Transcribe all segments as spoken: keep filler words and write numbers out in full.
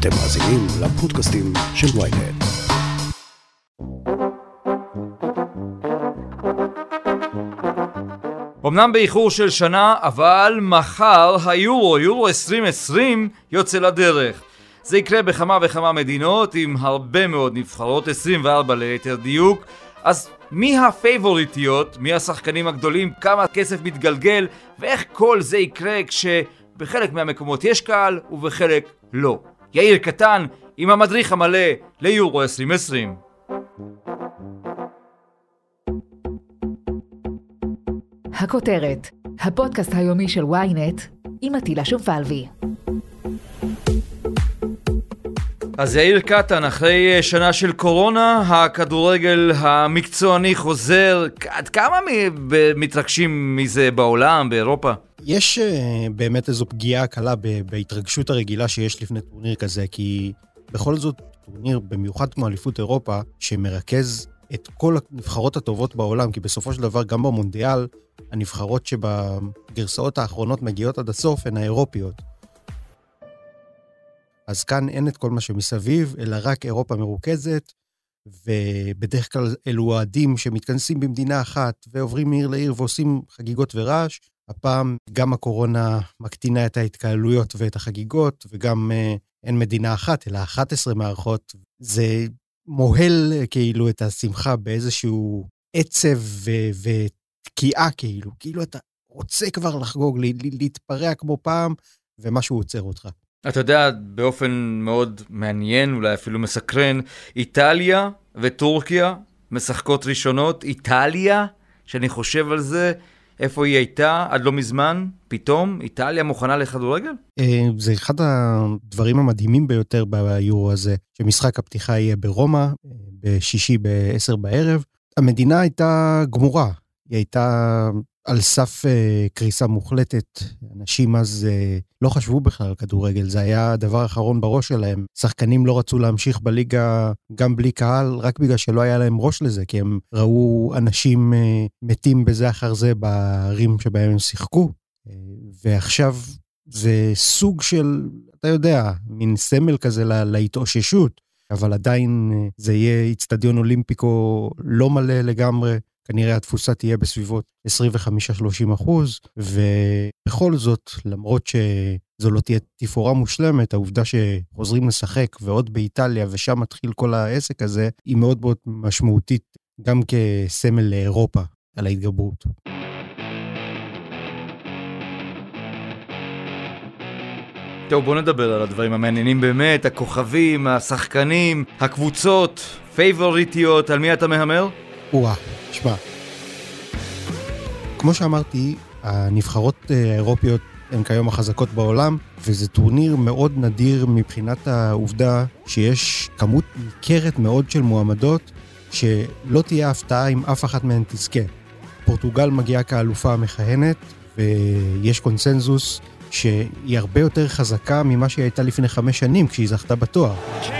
אתם מאזינים לפודקאסטים של וויינט. אמנם באיחור של שנה, אבל מחר היורו, יורו עשרים עשרים יוצא לדרך. זה יקרה בכמה וכמה מדינות עם הרבה מאוד נבחרות, עשרים וארבע ליתר דיוק. אז מי הפייבוריטיות, מי השחקנים הגדולים, כמה כסף מתגלגל, ואיך כל זה יקרה כשבחלק מהמקומות יש קהל ובחלק לא. יאיר קטן עם המדריך המלא ליורו עשרים עשרים. הכותרת, הפודקאסט היומי של וויינט עם עטילה שומפלבי. אז יאיר קטן, אחרי שנה של קורונה, הכדורגל המקצועני חוזר. עד כמה מתרגשים מזה בעולם, באירופה? יש uh, באמת איזו פגיעה קלה בהתרגשות הרגילה שיש לפני טורניר כזה, כי בכל זאת טורניר, במיוחד כמו אליפות אירופה, שמרכז את כל הנבחרות הטובות בעולם, כי בסופו של דבר גם במונדיאל, הנבחרות שבגרסאות האחרונות מגיעות עד הסוף הן האירופיות. אז כאן אין את כל מה שמסביב, אלא רק אירופה מרוכזת, ובדרך כלל אלו אוהדים שמתכנסים במדינה אחת, ועוברים מעיר לעיר ועושים חגיגות ורעש. הפעם גם הקורונה מקטינה את ההתקהלויות ואת החגיגות, וגם אה, אין מדינה אחת, אלא אחת עשרה מערכות. זה מוהל כאילו את השמחה באיזשהו עצב ו- ותקיעה כאילו. כאילו אתה רוצה כבר לחגוג, להתפרע כמו פעם, ומשהו עוצר אותך. אתה יודע, באופן מאוד מעניין, אולי אפילו מסקרן, איטליה וטורקיה משחקות ראשונות. איטליה, שאני חושב על זה, איפה היא הייתה עד לא מזמן, פתאום איטליה מוכנה לכדורגל? זה אחד הדברים המדהימים ביותר ביורו הזה, שמשחק הפתיחה יהיה ברומא, בשישי בעשר בערב. המדינה הייתה גמורה, היא הייתה על סף uh, קריסה מוחלטת. אנשים אז uh, לא חשבו בכלל על כדורגל, זה היה הדבר האחרון בראש שלהם. שחקנים לא רצו להמשיך בליגה גם בלי קהל, רק בגלל שלא היה להם ראש לזה, כי הם ראו אנשים uh, מתים בזה אחר זה בערים שבהם הם שיחקו. Uh, ועכשיו זה סוג של, אתה יודע, מין סמל כזה לה, להתאוששות, אבל עדיין uh, זה יהיה אצטדיון אולימפיקו לא מלא לגמרי, כנראה התפוסה תהיה בסביבות עשרים וחמישה עד שלושים אחוז, ובכל זאת, למרות שזו לא תהיה תפאורה מושלמת, העובדה שחוזרים לשחק ועוד באיטליה, ושם מתחיל כל העסק הזה, היא מאוד מאוד משמעותית, גם כסמל לאירופה על ההתגברות. טוב, בוא נדבר על הדברים המעניינים באמת, הכוכבים, השחקנים, הקבוצות, פייבוריטיות, על מי אתה מהמר? וואה, שמע. כמו שאמרתי, הנבחרות האירופיות הן כיום החזקות בעולם, וזה טורניר מאוד נדיר מבחינת העובדה שיש כמות ניכרת מאוד של מועמדות, שלא תהיה הפתעה אם אף אחת מהן תזכה. פורטוגל מגיעה כאלופה המכהנת, ויש קונסנזוס שהיא הרבה יותר חזקה ממה שהיא הייתה לפני חמש שנים, כשהיא זכתה בתואר.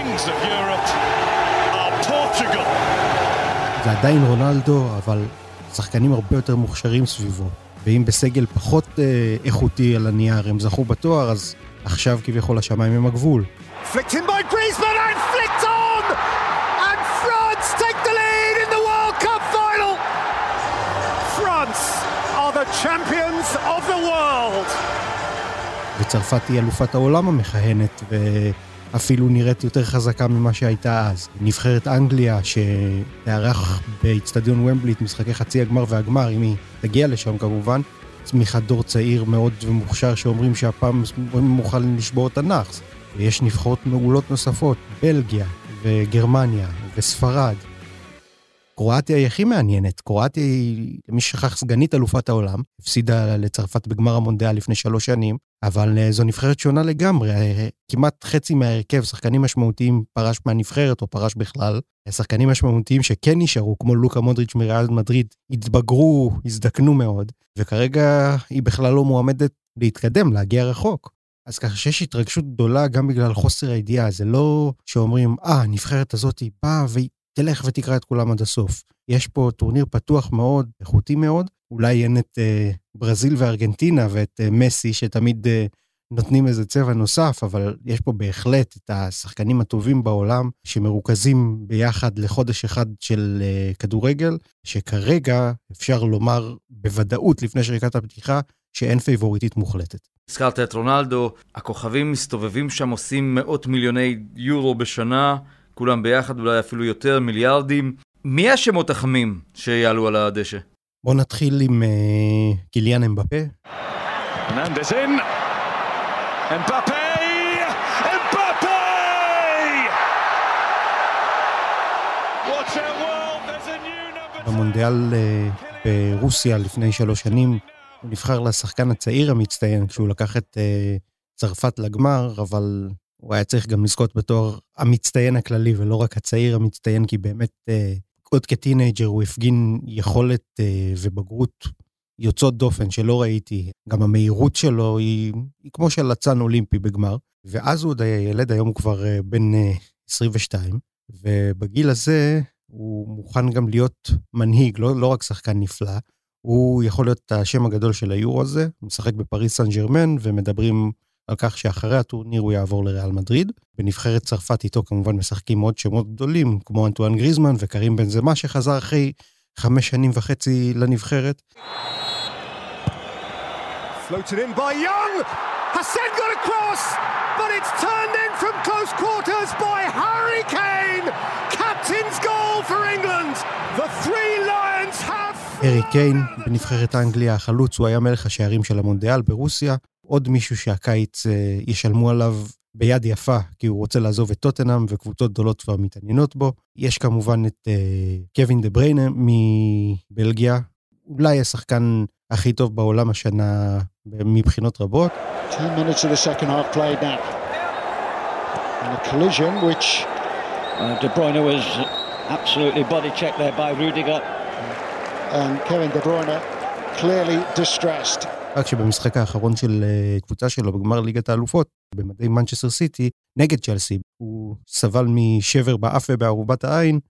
זה עדיין רונלדו, אבל שחקנים הרבה יותר מוכשרים סביבו. ואם בסגל פחות אה, איכותי על הנייר הם זכו בתואר, אז עכשיו כביכול השמיים הם הגבול. Flicked in by Griezmann and flicked on! And France take the lead in the World Cup final! France are the champions of the world! וצרפת היא אלופת העולם המכהנת, ו... אפילו נראית יותר חזקה ממה שהייתה אז. נבחרת אנגליה שתארח באצטדיון ומבלי את משחקי חצי הגמר והגמר, אם היא תגיע לשם כמובן, צמיחת דור צעיר מאוד ומוכשר שאומרים שהפעם מוכן לשבור את הנאחס. ויש נבחרות מעולות נוספות, בלגיה וגרמניה וספרד. קרואטיה היא הכי מעניינת. קרואטיה היא, למי שכח, סגנית אלופת העולם, הפסידה לצרפת בגמר המונדיאל לפני שלוש שנים, אבל זו נבחרת שונה לגמרי. כמעט חצי מהרכב, שחקנים משמעותיים פרש מהנבחרת או פרש בכלל. השחקנים משמעותיים שכן נשארו, כמו לוקה מודריץ' מריאל מדריד, התבגרו, הזדקנו מאוד, וכרגע היא בכלל לא מועמדת להתקדם, להגיע רחוק. אז ככה שיש התרגשות גדולה גם בגלל חוסר הידיעה. זה לא שאומרים, אה, הנבחרת הזאת היא באה והיא תלך ותקרא את כולם עד הסוף. יש פה טורניר פתוח מאוד, איכותי מאוד. אולי אין את אה, ברזיל וארגנטינה ואת אה, מסי, שתמיד אה, נותנים איזה צבע נוסף, אבל יש פה בהחלט את השחקנים הטובים בעולם, שמרוכזים ביחד לחודש אחד של uh, כדורגל, שכרגע אפשר לומר בוודאות לפני שריקת הפתיחה, שאין פייבוריטית מוחלטת. הזכרת את רונלדו, הכוכבים מסתובבים שם, עושים מאות מיליוני יורו בשנה, כולם ביחד, אולי אפילו יותר, מיליארדים. מי השמות החמים שיעלו על הדשא? בואו נתחיל עם uh, קיליאן אמבפה. Hernandez in. Mbappé! Mbappé! What a world! There's a new number two. במונדיאל uh, ברוסיה לפני שלוש שנים, הוא נבחר לשחקן הצעיר המצטיין, כשהוא לקח את uh, צרפת לגמר, אבל הוא היה צריך גם לזכות בתואר המצטיין הכללי, ולא רק הצעיר המצטיין, כי באמת uh, עוד כטינג'ר הוא הפגין יכולת uh, ובגרות יוצאות דופן שלא ראיתי. גם המהירות שלו היא, היא כמו של לצן אולימפי בגמר, ואז הוא עוד היה ילד, היום הוא כבר uh, בן uh, עשרים ושתיים, ובגיל הזה הוא מוכן גם להיות מנהיג, לא, לא רק שחקן נפלא, הוא יכול להיות השם הגדול של היורו הזה, הוא משחק בפריס סן ז'רמן, ומדברים על כך שאחרי הטורניר הוא יעבור לריאל מדריד. בנבחרת צרפת איתו כמובן משחקים עוד שמות גדולים, כמו אנטואן גריזמן וקרים בנזמה, שחזר אחרי חמש שנים וחצי לנבחרת. Floated in by Young. Hassan got across, but it's turned in from close quarters by Harry Kane. Captain's goal for England. The three Lions have... הארי קיין בנבחרת האנגליה החלוץ, הוא היה מלך השערים של המונדיאל ברוסיה. עוד מישהו שהקיץ אה, ישלמו עליו ביד יפה, כי הוא רוצה לעזוב את טוטנהאם, וקבוצות גדולות כבר מתעניינות בו. יש כמובן את אה, קווין דה בריינה מבלגיה, אולי השחקן הכי טוב בעולם השנה מבחינות רבות. Two minutes of the second half played now. And a collision which uh, De Bruyne was absolutely body checked there by Rudiger. And Kevin De Bruyne clearly distressed. רק שבמשחק האחרון של קבוצה שלו בגמר ליגת האלופות, במדי מנצ'סטר סיטי, נגד צ'לסי, הוא סבל משבר באף ובערובת העין,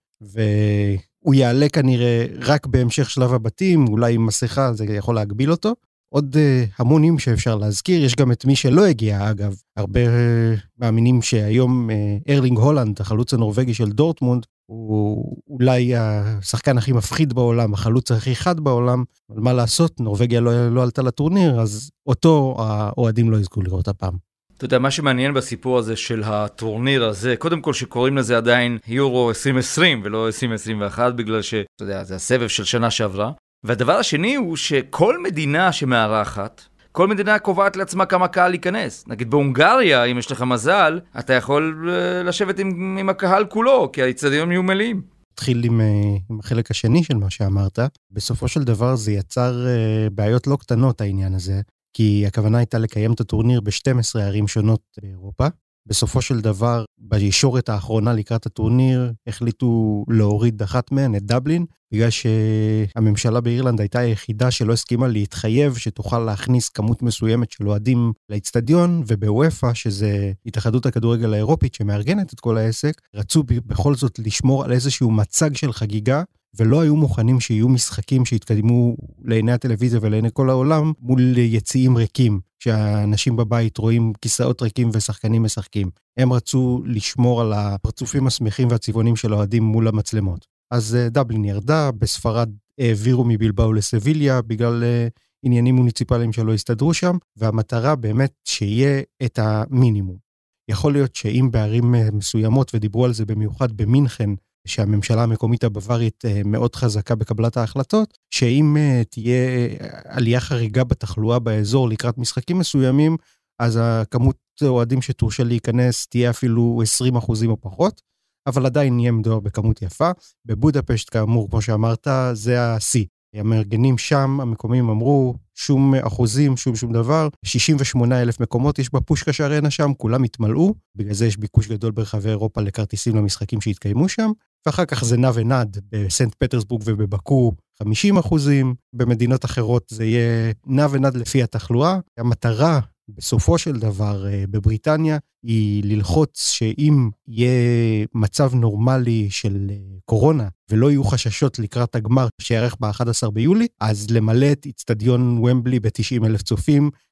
והוא יעלה כנראה רק בהמשך שלב הבתים, אולי עם מסכה, זה יכול להגביל אותו. עוד uh, המונים שאפשר להזכיר, יש גם את מי שלא הגיע, אגב. הרבה uh, מאמינים שהיום uh, ארלינג הולנד, החלוץ הנורווגי של דורטמונד, הוא אולי השחקן הכי מפחיד בעולם, החלוץ הכי חד בעולם, אבל מה לעשות, נורווגיה לא, לא עלתה לטורניר, אז אותו האוהדים לא יזכו לראות הפעם. אתה יודע, מה שמעניין בסיפור הזה של הטורניר הזה, קודם כל שקוראים לזה עדיין יורו עשרים עשרים ולא עשרים עשרים ואחת, בגלל ש, אתה יודע, זה הסבב של שנה שעברה. והדבר השני הוא שכל מדינה שמארחת, כל מדינה קובעת לעצמה כמה קהל להיכנס. נגיד בהונגריה, אם יש לך מזל, אתה יכול לשבת עם, עם הקהל כולו, כי האצטדיונים יהיו מלאים. התחיל עם, עם החלק השני של מה שאמרת. בסופו של דבר זה יצר בעיות לא קטנות העניין הזה, כי הכוונה הייתה לקיים את הטורניר ב-שתים עשרה ערים שונות באירופה. בסופו של דבר, בישורת האחרונה לקראת הטורניר, החליטו להוריד אחת מהן, את דבלין, בגלל שהממשלה באירלנד הייתה היחידה שלא הסכימה להתחייב שתוכל להכניס כמות מסוימת של אוהדים לאצטדיון, ובאופה, שזה התאחדות הכדורגל האירופית שמארגנת את כל העסק, רצו בכל זאת לשמור על איזשהו מצג של חגיגה, ולא היו מוכנים שיהיו משחקים שהתקדמו לעיני הטלוויזיה ולעיני כל העולם, מול יציאים ריקים, שהאנשים בבית רואים כיסאות ריקים ושחקנים משחקים. הם רצו לשמור על הפרצופים השמחים והצבעונים של האוהדים מול המצלמות. אז דבלין ירדה, בספרד העבירו מבלבאו לסביליה, בגלל עניינים מוניציפליים שלא הסתדרו שם, והמטרה באמת שיהיה את המינימום. יכול להיות שאם בערים מסוימות, ודיברו על זה במיוחד במינכן, שהממשלה המקומית הבווארית מאוד חזקה בקבלת ההחלטות, שאם תהיה עלייה חריגה בתחלואה באזור לקראת משחקים מסוימים, אז הכמות אוהדים שתורשה להיכנס תהיה אפילו עשרים אחוזים או פחות, אבל עדיין יהיה מדובר בכמות יפה. בבודפשט, כאמור, כמו שאמרת, זה ה-C. המארגנים שם, המקומים אמרו, שום אחוזים, שום שום דבר, שישים ושמונה אלף מקומות יש בפושקש ארנה שם, כולם התמלאו, בגלל זה יש ביקוש גדול ברחבי אירופה לכרטיסים למשחקים שהתקיימו שם, ואחר כך זה נע ונד, בסנט פטרסבורג ובבקו חמישים אחוזים, במדינות אחרות זה יהיה נע ונד לפי התחלואה. המטרה בסופו של דבר בבריטניה היא ללחוץ שאם יהיה מצב נורמלי של קורונה ולא יהיו חששות לקראת הגמר שיערך ב-אחד עשר ביולי, אז למלא את אצטדיון ומבלי ב-תשעים אלף צופים,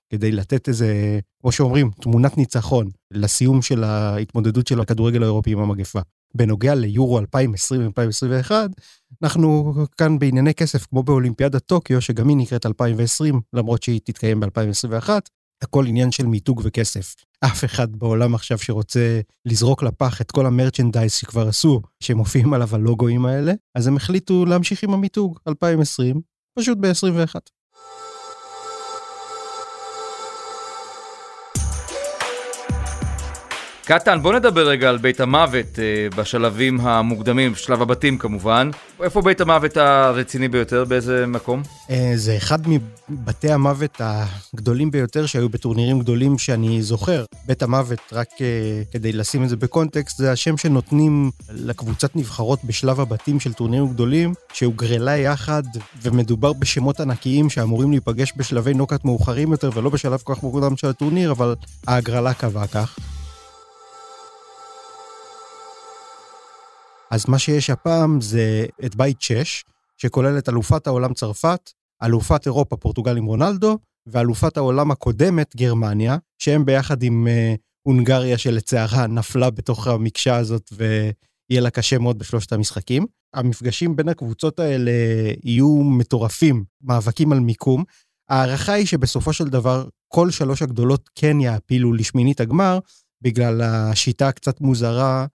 כדי לתת איזה, כמו שאומרים, תמונת ניצחון לסיום של ההתמודדות של הכדורגל האירופי עם המגפה. בנוגע ליורו אלפיים עשרים אלפיים עשרים ואחת, אנחנו כאן בענייני כסף, כמו באולימפיאדת טוקיו, שגם היא נקראת אלפיים ועשרים, למרות שהיא תתקיים ב-אלפיים עשרים ואחת, הכל עניין של מיתוג וכסף. אף אחד בעולם עכשיו שרוצה לזרוק לפח את כל המרצ'נדייז שכבר עשו, שמופיעים עליו הלוגויים האלה, אז הם החליטו להמשיך עם המיתוג אלפיים ועשרים, פשוט ב-עשרים ואחת. קטן, בוא נדבר רגע על בית המוות אה, בשלבים המוקדמים, שלב הבתים כמובן. איפה בית המוות הרציני ביותר? באיזה מקום? אה, זה אחד מבתי המוות הגדולים ביותר שהיו בטורנירים גדולים שאני זוכר. בית המוות, רק אה, כדי לשים את זה בקונטקסט, זה השם שנותנים לקבוצת נבחרות בשלב הבתים של טורנירים גדולים, שהוא גרלה יחד, ומדובר בשמות ענקיים שאמורים להיפגש בשלבי נוקאט מאוחרים יותר, ולא בשלב כל כך מוקדם של הטורניר, אבל ההגרלה קבעה כך. אז מה שיש הפעם זה את בית שש, שכולל את אלופת העולם צרפת, אלופת אירופה פורטוגל עם רונלדו, ואלופת העולם הקודמת גרמניה, שהם ביחד עם uh, הונגריה שלצערה נפלה בתוך המקשה הזאת, ויהיה לה קשה מאוד בשלושת המשחקים. המפגשים בין הקבוצות האלה יהיו מטורפים, מאבקים על מיקום. הערכה היא שבסופו של דבר כל שלוש הגדולות כן יעפילו לשמינית הגמר, בגלל השיטה קצת מוזרה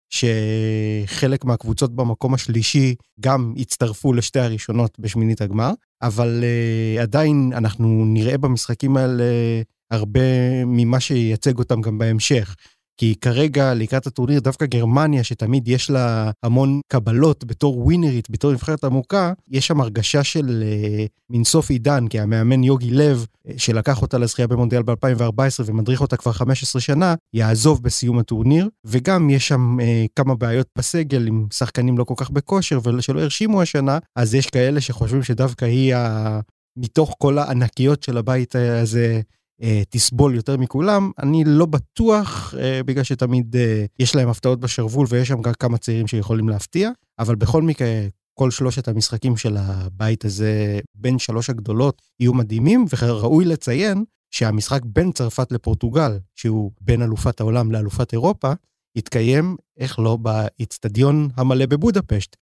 שחלק מהקבוצות במקום השלישי גם הצטרפו לשתי הראשונות בשמינית הגמר, אבל uh, עדיין אנחנו נראה במשחקים האלה הרבה ממה שייצג אותם גם בהמשך. כי כרגע לקראת הטורניר דווקא גרמניה, שתמיד יש לה המון קבלות בתור ווינרית, בתור נבחרת עמוקה, יש שם הרגשה של uh, מין סוף עידן, כי המאמן יוגי לב, שלקח אותה לזכייה במונדיאל ב-אלפיים וארבע עשרה ומדריך אותה כבר חמש עשרה שנה, יעזוב בסיום הטורניר, וגם יש שם uh, כמה בעיות בסגל, עם שחקנים לא כל כך בכושר, ושלא הרשימו השנה, אז יש כאלה שחושבים שדווקא היא, ה... מתוך כל הענקיות של הבית הזה, תסבול יותר מכולם. אני לא בטוח, בגלל שתמיד יש להם הפתעות בשרבול, ויש שם גם כמה צעירים שיכולים להפתיע, אבל בכל מקרה, כל שלושת המשחקים של הבית הזה, בין שלוש הגדולות, יהיו מדהימים, וראוי לציין שהמשחק בין צרפת לפורטוגל, שהוא בין אלופת העולם לאלופת אירופה, יתקיים, איך לא, באצטדיון המלא בבודפשט,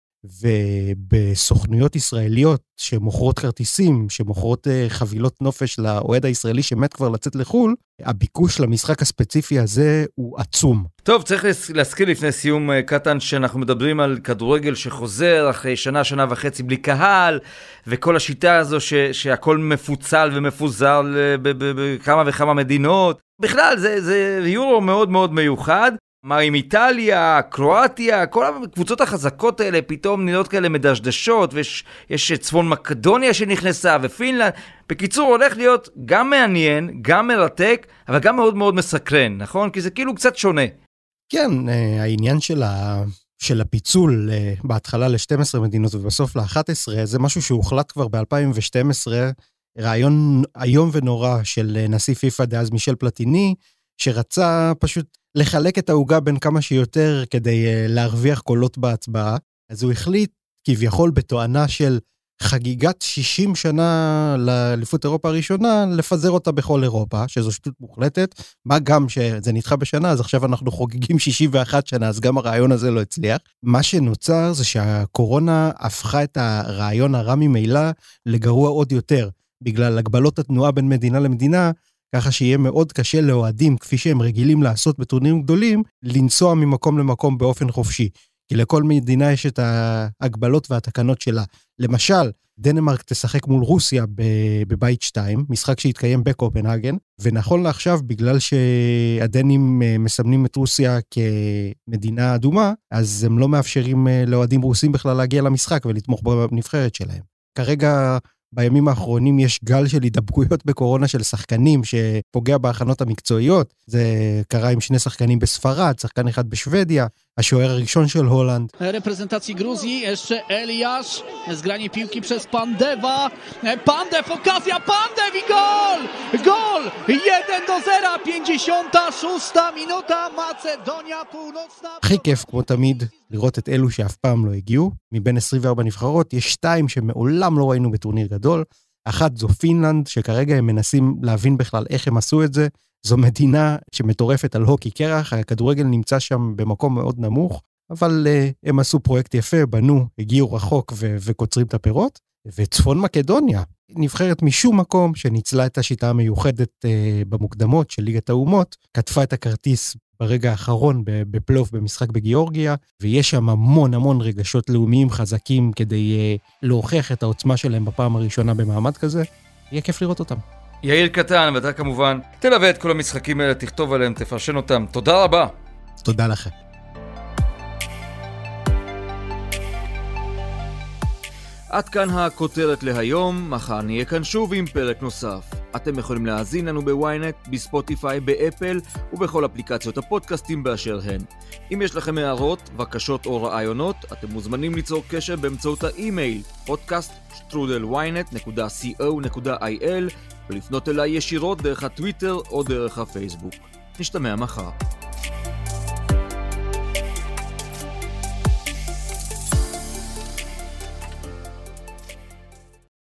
ובסוכנויות ישראליות שמוכרות כרטיסים, שמוכרות חבילות נופש לאוהד הישראלי שמת כבר לצאת לחול, הביקוש למשחק הספציפי הזה הוא עצום. טוב, צריך להזכיר לפני סיום קטן שאנחנו מדברים על כדורגל שחוזר אחרי שנה, שנה וחצי בלי קהל, וכל השיטה הזו ש, שהכל מפוצל ומפוזר בכמה וכמה מדינות. בכלל זה, זה יורו מאוד מאוד מיוחד. מה עם איטליה, קרואטיה, כל הקבוצות החזקות האלה פתאום נראות כאלה מדשדשות, ויש צפון מקדוניה שנכנסה ופינלנד. בקיצור, הולך להיות גם מעניין, גם מרתק, אבל גם מאוד מאוד מסקרן, נכון? כי זה כאילו קצת שונה. כן, העניין של ה... של הפיצול בהתחלה ל-שתים עשרה מדינות ובסוף ל-אחת עשרה, זה משהו שהוחלט כבר ב-אלפיים ושתים עשרה, רעיון היום ונורא של נשיא פיפה דאז מישל פלטיני, שרצה פשוט לחלק את ההוגה בין כמה שיותר כדי uh, להרוויח קולות בהצבעה. אז הוא החליט כביכול בתואנה של חגיגת שישים שנה לאליפות אירופה הראשונה, לפזר אותה בכל אירופה, שזו שטות מוחלטת. מה גם שזה נדחה בשנה, אז עכשיו אנחנו חוגגים שישים ואחת שנה, אז גם הרעיון הזה לא הצליח. מה שנוצר זה שהקורונה הפכה את הרעיון הרע ממילא לגרוע עוד יותר, בגלל הגבלות התנועה בין מדינה למדינה, ככה שיהיה מאוד קשה לאוהדים, כפי שהם רגילים לעשות בטורנירים גדולים, לנסוע ממקום למקום באופן חופשי. כי לכל מדינה יש את ההגבלות והתקנות שלה. למשל, דנמרק תשחק מול רוסיה בבית שתיים, משחק שהתקיים בקופנהגן, ונכון לעכשיו, בגלל שהדנים מסמנים את רוסיה כמדינה אדומה, אז הם לא מאפשרים לאוהדים רוסים בכלל להגיע למשחק ולתמוך בנבחרת שלהם. כרגע בימים האחרונים יש גל של הידבקויות בקורונה של שחקנים שפוגע בהכנות המקצועיות. זה קרה עם שני שחקנים בספרד, שחקן אחד בשוודיה, השוער הראשון של הולנד. Reprezentacji Gruzji jeszcze Eliasz, zgranie piłki przez Pandewa. Pandew, okazja, Pandew i gol! Gol! jeden do zera, pięćdziesiąta szósta minuta, Macedonia Północna. הכי כיף, כמו תמיד, לראות את אלו שאף פעם לא הגיעו. מבין עשרים וארבע נבחרות, יש שתיים שמעולם לא ראינו בטורניר גדול. אחת זו פינלנד, שכרגע הם מנסים להבין בכלל איך הם עשו את זה. זו מדינה שמטורפת על הוקי קרח, הכדורגל נמצא שם במקום מאוד נמוך, אבל uh, הם עשו פרויקט יפה, בנו, הגיעו רחוק ו- וקוצרים את הפירות. וצפון מקדוניה, נבחרת משום מקום שניצלה את השיטה המיוחדת uh, במוקדמות של ליגת האומות, כתפה את הכרטיס ברגע האחרון בפלייאוף במשחק בגיאורגיה, ויש שם המון המון רגשות לאומיים חזקים כדי uh, להוכיח את העוצמה שלהם בפעם הראשונה במעמד כזה. יהיה כיף לראות אותם. יאיר קטן, ואתה כמובן תלווה את כל המשחקים האלה, תכתוב עליהם, תפרשן אותם. תודה רבה. תודה לכם. עד כאן הכותרת להיום, מחר נהיה כאן שוב עם פרק נוסף. אתם יכולים להאזין לנו בוויינט, בספוטיפיי, באפל ובכל אפליקציות הפודקאסטים באשר הן. אם יש לכם הערות, בקשות או רעיונות, אתם מוזמנים ליצור קשר באמצעות האימייל פודקאסט שטרודל וויינט נקודה קו נקודה איי אל ולפנות אליי ישירות דרך הטוויטר או דרך הפייסבוק. נשתמע מחר.